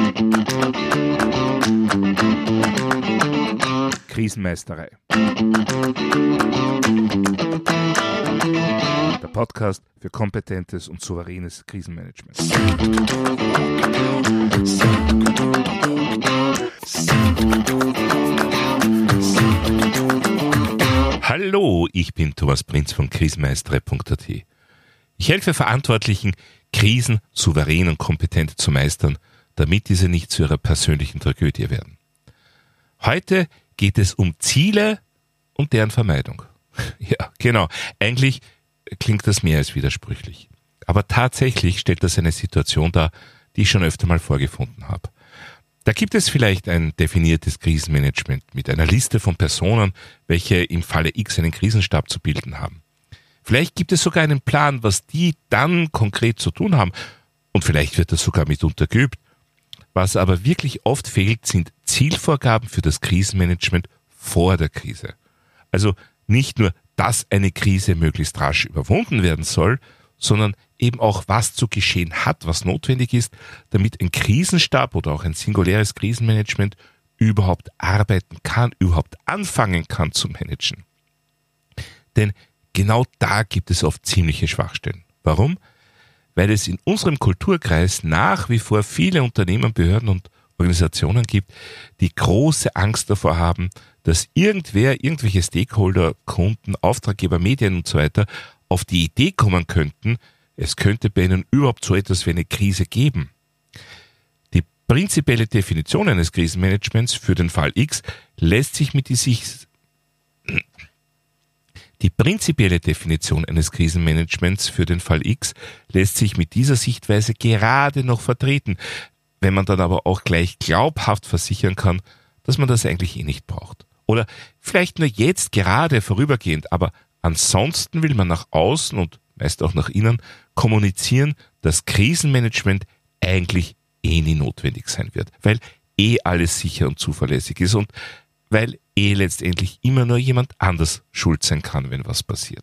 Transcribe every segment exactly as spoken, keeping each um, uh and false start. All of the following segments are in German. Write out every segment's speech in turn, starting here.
Krisenmeisterei. Der Podcast für kompetentes und souveränes Krisenmanagement. Hallo, ich bin Thomas Prinz von krisenmeisterei punkt a t. Ich helfe Verantwortlichen, Krisen souverän und kompetent zu meistern, damit diese nicht zu ihrer persönlichen Tragödie werden. Heute geht es um Ziele und deren Vermeidung. Ja, genau. Eigentlich klingt das mehr als widersprüchlich. Aber tatsächlich stellt das eine Situation dar, die ich schon öfter mal vorgefunden habe. Da gibt es vielleicht ein definiertes Krisenmanagement mit einer Liste von Personen, welche im Falle X einen Krisenstab zu bilden haben. Vielleicht gibt es sogar einen Plan, was die dann konkret zu tun haben. Und vielleicht wird das sogar mitunter geübt. Was aber wirklich oft fehlt, sind Zielvorgaben für das Krisenmanagement vor der Krise. Also nicht nur, dass eine Krise möglichst rasch überwunden werden soll, sondern eben auch, was zu geschehen hat, was notwendig ist, damit ein Krisenstab oder auch ein singuläres Krisenmanagement überhaupt arbeiten kann, überhaupt anfangen kann zu managen. Denn genau da gibt es oft ziemliche Schwachstellen. Warum? Weil es in unserem Kulturkreis nach wie vor viele Unternehmen, Behörden und Organisationen gibt, die große Angst davor haben, dass irgendwer, irgendwelche Stakeholder, Kunden, Auftraggeber, Medien und so weiter auf die Idee kommen könnten, es könnte bei ihnen überhaupt so etwas wie eine Krise geben. Die prinzipielle Definition eines Krisenmanagements für den Fall X lässt sich mit die sich Die prinzipielle Definition eines Krisenmanagements für den Fall X lässt sich mit dieser Sichtweise gerade noch vertreten, wenn man dann aber auch gleich glaubhaft versichern kann, dass man das eigentlich eh nicht braucht. Oder vielleicht nur jetzt gerade vorübergehend, aber ansonsten will man nach außen und meist auch nach innen kommunizieren, dass Krisenmanagement eigentlich eh nie notwendig sein wird, weil eh alles sicher und zuverlässig ist und weil eh letztendlich immer nur jemand anders schuld sein kann, wenn was passiert.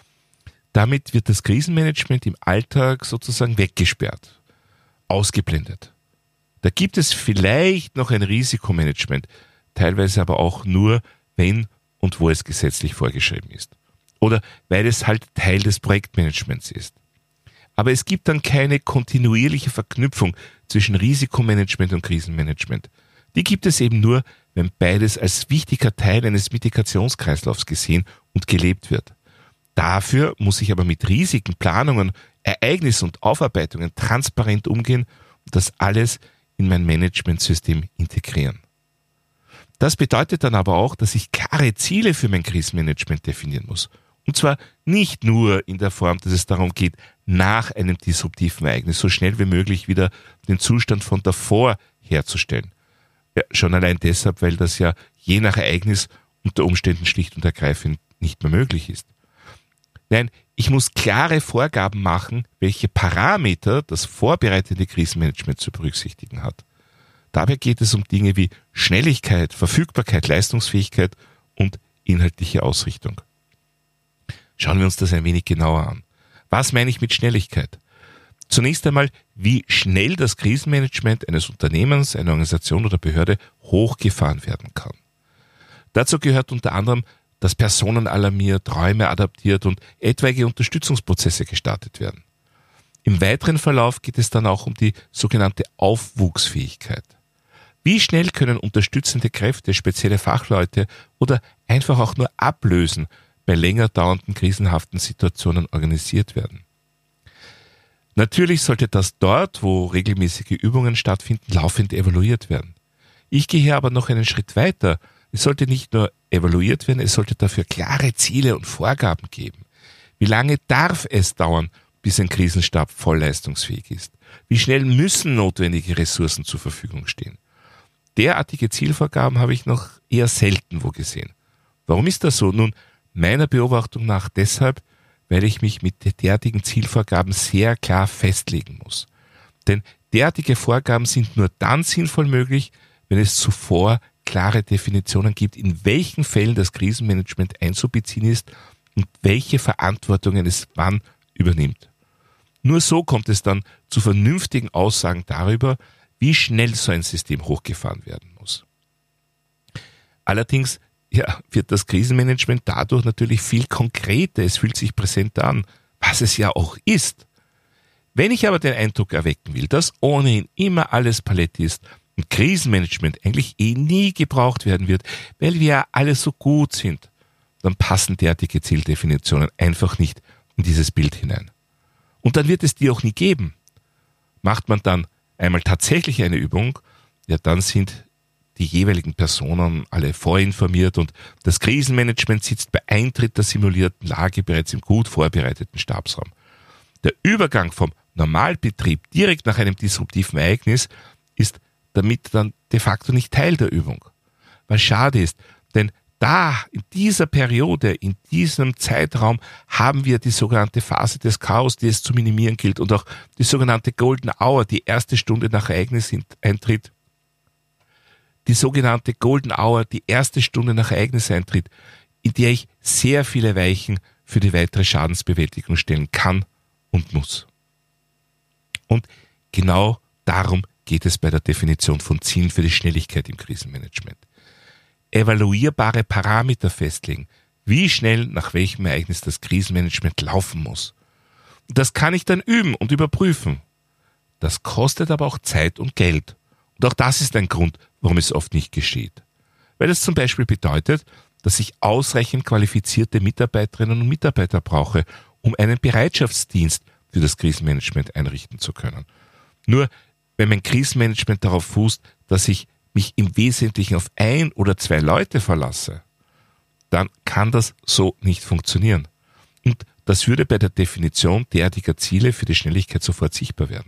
Damit wird das Krisenmanagement im Alltag sozusagen weggesperrt, ausgeblendet. Da gibt es vielleicht noch ein Risikomanagement, teilweise aber auch nur, wenn und wo es gesetzlich vorgeschrieben ist. Oder weil es halt Teil des Projektmanagements ist. Aber es gibt dann keine kontinuierliche Verknüpfung zwischen Risikomanagement und Krisenmanagement. Die gibt es eben nur, wenn beides als wichtiger Teil eines Mitigationskreislaufs gesehen und gelebt wird. Dafür muss ich aber mit Risiken, Planungen, Ereignissen und Aufarbeitungen transparent umgehen und das alles in mein Managementsystem integrieren. Das bedeutet dann aber auch, dass ich klare Ziele für mein Krisenmanagement definieren muss. Und zwar nicht nur in der Form, dass es darum geht, nach einem disruptiven Ereignis so schnell wie möglich wieder den Zustand von davor herzustellen. Ja, schon allein deshalb, weil das ja je nach Ereignis unter Umständen schlicht und ergreifend nicht mehr möglich ist. Nein, ich muss klare Vorgaben machen, welche Parameter das vorbereitende Krisenmanagement zu berücksichtigen hat. Dabei geht es um Dinge wie Schnelligkeit, Verfügbarkeit, Leistungsfähigkeit und inhaltliche Ausrichtung. Schauen wir uns das ein wenig genauer an. Was meine ich mit Schnelligkeit? Zunächst einmal, wie schnell das Krisenmanagement eines Unternehmens, einer Organisation oder Behörde hochgefahren werden kann. Dazu gehört unter anderem, dass Personen alarmiert, Räume adaptiert und etwaige Unterstützungsprozesse gestartet werden. Im weiteren Verlauf geht es dann auch um die sogenannte Aufwuchsfähigkeit. Wie schnell können unterstützende Kräfte, spezielle Fachleute oder einfach auch nur Ablösen bei länger dauernden krisenhaften Situationen organisiert werden? Natürlich sollte das dort, wo regelmäßige Übungen stattfinden, laufend evaluiert werden. Ich gehe hier aber noch einen Schritt weiter. Es sollte nicht nur evaluiert werden, es sollte dafür klare Ziele und Vorgaben geben. Wie lange darf es dauern, bis ein Krisenstab voll leistungsfähig ist? Wie schnell müssen notwendige Ressourcen zur Verfügung stehen? Derartige Zielvorgaben habe ich noch eher selten wo gesehen. Warum ist das so? Nun, meiner Beobachtung nach deshalb, weil ich mich mit derartigen Zielvorgaben sehr klar festlegen muss. Denn derartige Vorgaben sind nur dann sinnvoll möglich, wenn es zuvor klare Definitionen gibt, in welchen Fällen das Krisenmanagement einzubeziehen ist und welche Verantwortungen es wann übernimmt. Nur so kommt es dann zu vernünftigen Aussagen darüber, wie wie schnell so ein System hochgefahren werden muss. Allerdings ja, wird das Krisenmanagement dadurch natürlich viel konkreter, es fühlt sich präsenter an, was es ja auch ist. Wenn ich aber den Eindruck erwecken will, dass ohnehin immer alles Paletti ist und Krisenmanagement eigentlich eh nie gebraucht werden wird, weil wir ja alle so gut sind, dann passen derartige Zieldefinitionen einfach nicht in dieses Bild hinein. Und dann wird es die auch nie geben. Macht man dann einmal tatsächlich eine Übung, ja, dann sind die jeweiligen Personen alle vorinformiert und das Krisenmanagement sitzt bei Eintritt der simulierten Lage bereits im gut vorbereiteten Stabsraum. Der Übergang vom Normalbetrieb direkt nach einem disruptiven Ereignis ist damit dann de facto nicht Teil der Übung. Was schade ist, denn da, in dieser Periode, in diesem Zeitraum haben wir die sogenannte Phase des Chaos, die es zu minimieren gilt, und auch die sogenannte Golden Hour, die erste Stunde nach Ereigniseintritt. Die sogenannte Golden Hour, die erste Stunde nach Ereigniseintritt, in der ich sehr viele Weichen für die weitere Schadensbewältigung stellen kann und muss. Und genau darum geht es bei der Definition von Zielen für die Schnelligkeit im Krisenmanagement. Evaluierbare Parameter festlegen, wie schnell nach welchem Ereignis das Krisenmanagement laufen muss. Und das kann ich dann üben und überprüfen. Das kostet aber auch Zeit und Geld. Und auch das ist ein Grund, warum es oft nicht geschieht. Weil es zum Beispiel bedeutet, dass ich ausreichend qualifizierte Mitarbeiterinnen und Mitarbeiter brauche, um einen Bereitschaftsdienst für das Krisenmanagement einrichten zu können. Nur wenn mein Krisenmanagement darauf fußt, dass ich mich im Wesentlichen auf ein oder zwei Leute verlasse, dann kann das so nicht funktionieren. Und das würde bei der Definition derartiger Ziele für die Schnelligkeit sofort sichtbar werden.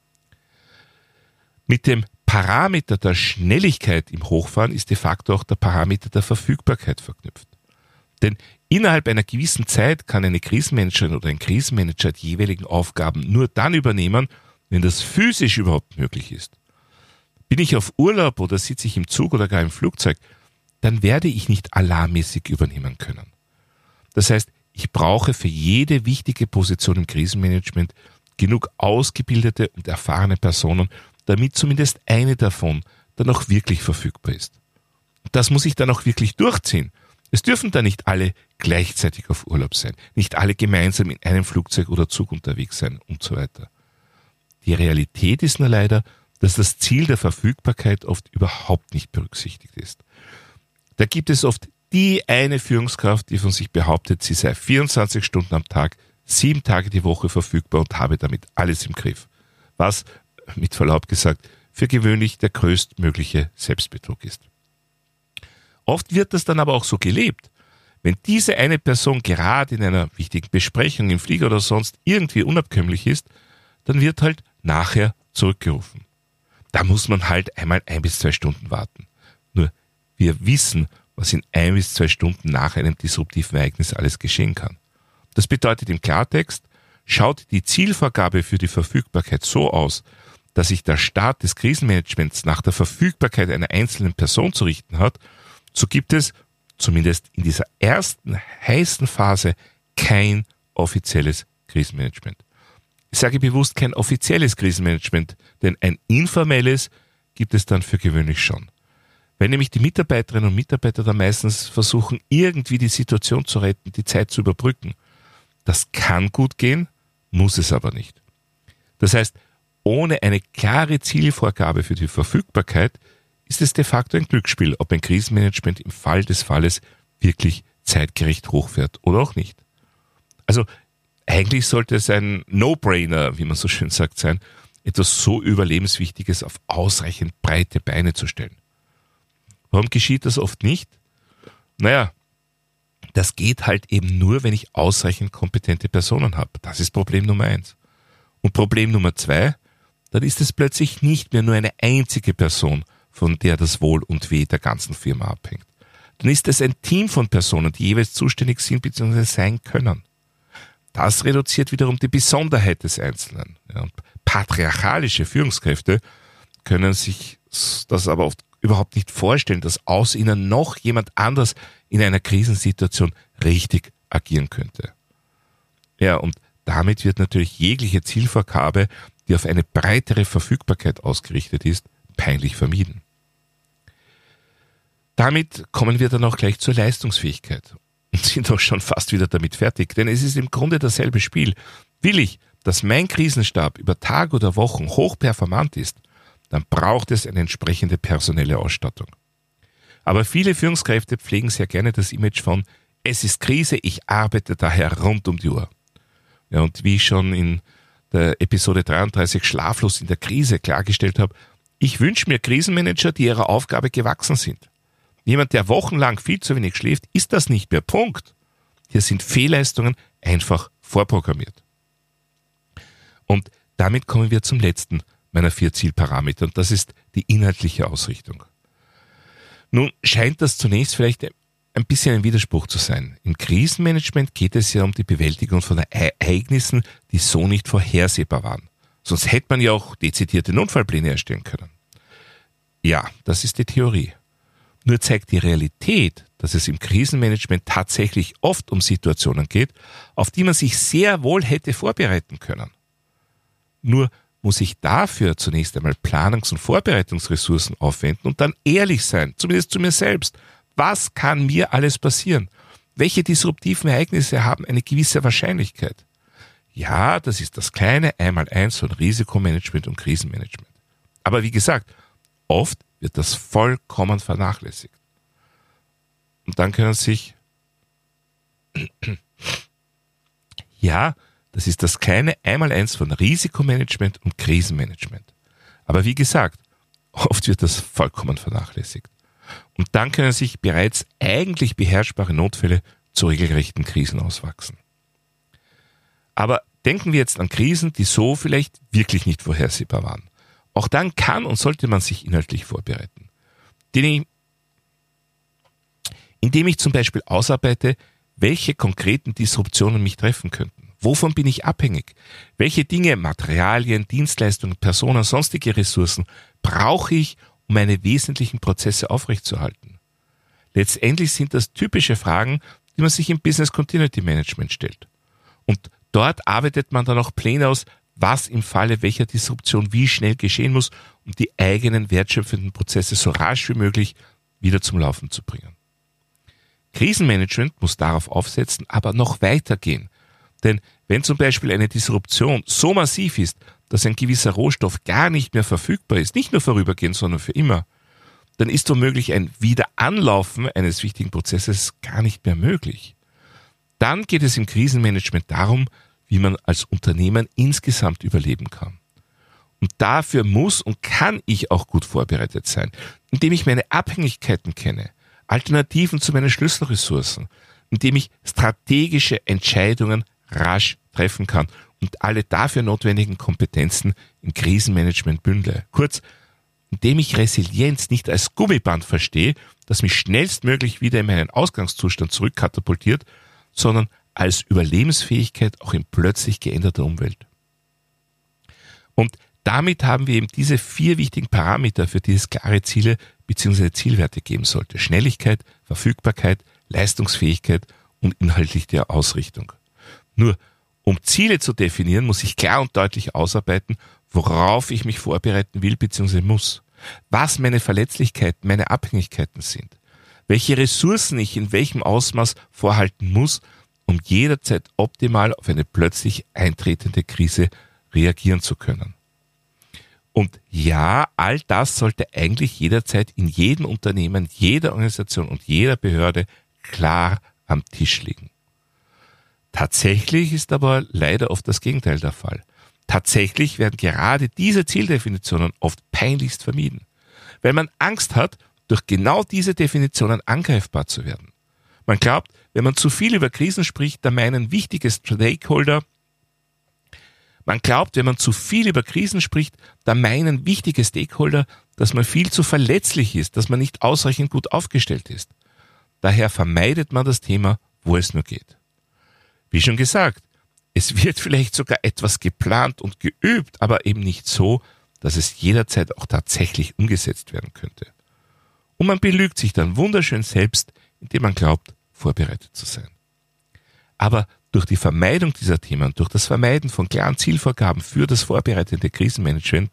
Mit dem Parameter der Schnelligkeit im Hochfahren ist de facto auch der Parameter der Verfügbarkeit verknüpft. Denn innerhalb einer gewissen Zeit kann eine Krisenmanagerin oder ein Krisenmanager die jeweiligen Aufgaben nur dann übernehmen, wenn das physisch überhaupt möglich ist. Bin ich auf Urlaub oder sitze ich im Zug oder gar im Flugzeug, dann werde ich nicht alarmmäßig übernehmen können. Das heißt, ich brauche für jede wichtige Position im Krisenmanagement genug ausgebildete und erfahrene Personen, damit zumindest eine davon dann auch wirklich verfügbar ist. Das muss ich dann auch wirklich durchziehen. Es dürfen da nicht alle gleichzeitig auf Urlaub sein, nicht alle gemeinsam in einem Flugzeug oder Zug unterwegs sein und so weiter. Die Realität ist nur leider, dass das Ziel der Verfügbarkeit oft überhaupt nicht berücksichtigt ist. Da gibt es oft die eine Führungskraft, die von sich behauptet, sie sei vierundzwanzig Stunden am Tag, sieben Tage die Woche verfügbar und habe damit alles im Griff. Was, mit Verlaub gesagt, für gewöhnlich der größtmögliche Selbstbetrug ist. Oft wird das dann aber auch so gelebt. Wenn diese eine Person gerade in einer wichtigen Besprechung im Flieger oder sonst irgendwie unabkömmlich ist, dann wird halt nachher zurückgerufen. Da muss man halt einmal ein bis zwei Stunden warten. Nur wir wissen, was in ein bis zwei Stunden nach einem disruptiven Ereignis alles geschehen kann. Das bedeutet im Klartext, schaut die Zielvorgabe für die Verfügbarkeit so aus, dass sich der Start des Krisenmanagements nach der Verfügbarkeit einer einzelnen Person zu richten hat, so gibt es, zumindest in dieser ersten heißen Phase, kein offizielles Krisenmanagement. Ich sage bewusst kein offizielles Krisenmanagement, denn ein informelles gibt es dann für gewöhnlich schon. Weil nämlich die Mitarbeiterinnen und Mitarbeiter da meistens versuchen, irgendwie die Situation zu retten, die Zeit zu überbrücken. Das kann gut gehen, muss es aber nicht. Das heißt, ohne eine klare Zielvorgabe für die Verfügbarkeit ist es de facto ein Glücksspiel, ob ein Krisenmanagement im Fall des Falles wirklich zeitgerecht hochfährt oder auch nicht. Also eigentlich sollte es ein No-Brainer, wie man so schön sagt, sein, etwas so Überlebenswichtiges auf ausreichend breite Beine zu stellen. Warum geschieht das oft nicht? Naja, das geht halt eben nur, wenn ich ausreichend kompetente Personen habe. Das ist Problem Nummer eins. Und Problem Nummer zwei, dann ist es plötzlich nicht mehr nur eine einzige Person, von der das Wohl und Weh der ganzen Firma abhängt. Dann ist es ein Team von Personen, die jeweils zuständig sind bzw. sein können. Das reduziert wiederum die Besonderheit des Einzelnen. Ja, und patriarchalische Führungskräfte können sich das aber oft überhaupt nicht vorstellen, dass aus ihnen noch jemand anders in einer Krisensituation richtig agieren könnte. Ja, und damit wird natürlich jegliche Zielvorgabe die auf eine breitere Verfügbarkeit ausgerichtet ist, peinlich vermieden. Damit kommen wir dann auch gleich zur Leistungsfähigkeit und sind auch schon fast wieder damit fertig, denn es ist im Grunde dasselbe Spiel. Will ich, dass mein Krisenstab über Tage oder Wochen hochperformant ist, dann braucht es eine entsprechende personelle Ausstattung. Aber viele Führungskräfte pflegen sehr gerne das Image von es ist Krise, ich arbeite daher rund um die Uhr. Ja, und wie ich schon in der Episode dreiunddreißig Schlaflos in der Krise klargestellt habe, ich wünsche mir Krisenmanager, die ihrer Aufgabe gewachsen sind. Jemand, der wochenlang viel zu wenig schläft, ist das nicht mehr. Punkt. Hier sind Fehlleistungen einfach vorprogrammiert. Und damit kommen wir zum letzten meiner vier Zielparameter und das ist die inhaltliche Ausrichtung. Nun scheint das zunächst vielleicht ein bisschen ein Widerspruch zu sein. Im Krisenmanagement geht es ja um die Bewältigung von Ereignissen, die so nicht vorhersehbar waren. Sonst hätte man ja auch dezidierte Notfallpläne erstellen können. Ja, das ist die Theorie. Nur zeigt die Realität, dass es im Krisenmanagement tatsächlich oft um Situationen geht, auf die man sich sehr wohl hätte vorbereiten können. Nur muss ich dafür zunächst einmal Planungs- und Vorbereitungsressourcen aufwenden und dann ehrlich sein, zumindest zu mir selbst. Was kann mir alles passieren? Welche disruptiven Ereignisse haben eine gewisse Wahrscheinlichkeit? Ja, das ist das kleine Einmaleins von Risikomanagement und Krisenmanagement. Aber wie gesagt, oft wird das vollkommen vernachlässigt. Und dann können sich, ja, das ist das kleine Einmaleins von Risikomanagement und Krisenmanagement. Aber wie gesagt, oft wird das vollkommen vernachlässigt. Und dann können sich bereits eigentlich beherrschbare Notfälle zu regelrechten Krisen auswachsen. Aber denken wir jetzt an Krisen, die so vielleicht wirklich nicht vorhersehbar waren. Auch dann kann und sollte man sich inhaltlich vorbereiten. Indem ich zum Beispiel ausarbeite, welche konkreten Disruptionen mich treffen könnten. Wovon bin ich abhängig? Welche Dinge, Materialien, Dienstleistungen, Personen, sonstige Ressourcen brauche ich, um meine wesentlichen Prozesse aufrechtzuerhalten? Letztendlich sind das typische Fragen, die man sich im Business Continuity Management stellt. Und dort arbeitet man dann auch Pläne aus, was im Falle welcher Disruption wie schnell geschehen muss, um die eigenen wertschöpfenden Prozesse so rasch wie möglich wieder zum Laufen zu bringen. Krisenmanagement muss darauf aufsetzen, aber noch weitergehen. Denn wenn zum Beispiel eine Disruption so massiv ist, dass ein gewisser Rohstoff gar nicht mehr verfügbar ist, nicht nur vorübergehend, sondern für immer, dann ist womöglich ein Wiederanlaufen eines wichtigen Prozesses gar nicht mehr möglich. Dann geht es im Krisenmanagement darum, wie man als Unternehmen insgesamt überleben kann. Und dafür muss und kann ich auch gut vorbereitet sein, indem ich meine Abhängigkeiten kenne, Alternativen zu meinen Schlüsselressourcen, indem ich strategische Entscheidungen rasch treffen kann und alle dafür notwendigen Kompetenzen im Krisenmanagement bündle. Kurz, indem ich Resilienz nicht als Gummiband verstehe, das mich schnellstmöglich wieder in meinen Ausgangszustand zurückkatapultiert, sondern als Überlebensfähigkeit auch in plötzlich geänderter Umwelt. Und damit haben wir eben diese vier wichtigen Parameter, für die es klare Ziele bzw. Zielwerte geben sollte. Schnelligkeit, Verfügbarkeit, Leistungsfähigkeit und inhaltliche Ausrichtung. Nur, um Ziele zu definieren, muss ich klar und deutlich ausarbeiten, worauf ich mich vorbereiten will bzw. muss. Was meine Verletzlichkeiten, meine Abhängigkeiten sind. Welche Ressourcen ich in welchem Ausmaß vorhalten muss, um jederzeit optimal auf eine plötzlich eintretende Krise reagieren zu können. Und ja, all das sollte eigentlich jederzeit in jedem Unternehmen, jeder Organisation und jeder Behörde klar am Tisch liegen. Tatsächlich ist aber leider oft das Gegenteil der Fall. Tatsächlich werden gerade diese Zieldefinitionen oft peinlichst vermieden, weil man Angst hat, durch genau diese Definitionen angreifbar zu werden. Man glaubt, wenn man zu viel über Krisen spricht, dann meinen wichtige Stakeholder, man glaubt, wenn man zu viel über Krisen spricht, dann meinen wichtige Stakeholder, dass man viel zu verletzlich ist, dass man nicht ausreichend gut aufgestellt ist. Daher vermeidet man das Thema, wo es nur geht. Wie schon gesagt, es wird vielleicht sogar etwas geplant und geübt, aber eben nicht so, dass es jederzeit auch tatsächlich umgesetzt werden könnte. Und man belügt sich dann wunderschön selbst, indem man glaubt, vorbereitet zu sein. Aber durch die Vermeidung dieser Themen, durch das Vermeiden von klaren Zielvorgaben für das vorbereitende Krisenmanagement,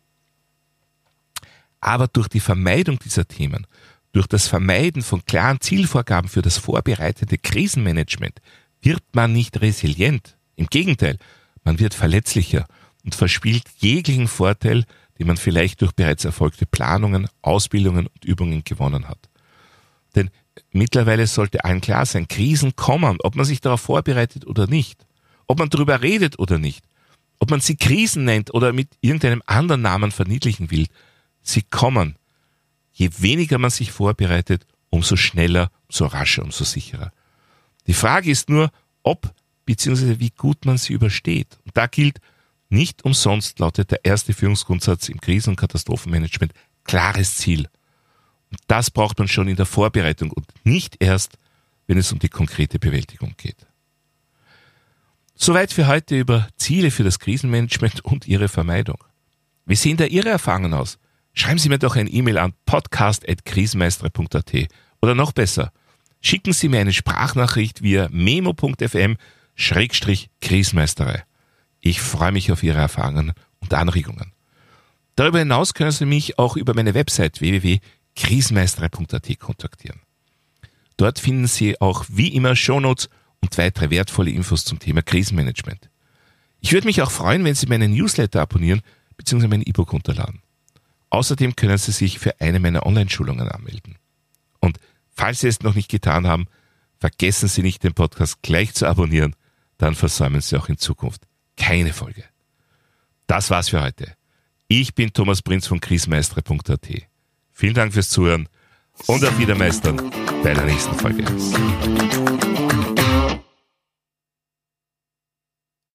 aber durch die Vermeidung dieser Themen, durch das Vermeiden von klaren Zielvorgaben für das vorbereitende Krisenmanagement wird man nicht resilient. Im Gegenteil, man wird verletzlicher und verspielt jeglichen Vorteil, den man vielleicht durch bereits erfolgte Planungen, Ausbildungen und Übungen gewonnen hat. Denn mittlerweile sollte allen klar sein, Krisen kommen, ob man sich darauf vorbereitet oder nicht, ob man darüber redet oder nicht, ob man sie Krisen nennt oder mit irgendeinem anderen Namen verniedlichen will. Sie kommen. Je weniger man sich vorbereitet, umso schneller, umso rascher, umso sicherer. Die Frage ist nur, ob bzw. wie gut man sie übersteht. Und da gilt, nicht umsonst lautet der erste Führungsgrundsatz im Krisen- und Katastrophenmanagement, klares Ziel. Und das braucht man schon in der Vorbereitung und nicht erst, wenn es um die konkrete Bewältigung geht. Soweit für heute über Ziele für das Krisenmanagement und ihre Vermeidung. Wie sehen da Ihre Erfahrungen aus? Schreiben Sie mir doch ein E-Mail an podcast at krisenmeistere punkt at oder noch besser, schicken Sie mir eine Sprachnachricht via memo punkt f m Schrägstrich Krisenmeisterei. Ich freue mich auf Ihre Erfahrungen und Anregungen. Darüber hinaus können Sie mich auch über meine Website w w w punkt krisenmeistere punkt at kontaktieren. Dort finden Sie auch wie immer Shownotes und weitere wertvolle Infos zum Thema Krisenmanagement. Ich würde mich auch freuen, wenn Sie meinen Newsletter abonnieren bzw. mein E-Book runterladen. Außerdem können Sie sich für eine meiner Online-Schulungen anmelden. Und falls Sie es noch nicht getan haben, vergessen Sie nicht, den Podcast gleich zu abonnieren, dann versäumen Sie auch in Zukunft keine Folge. Das war's für heute. Ich bin Thomas Prinz von krisenmeistere punkt at. Vielen Dank fürs Zuhören und auf Wiedermeistern bei der nächsten Folge.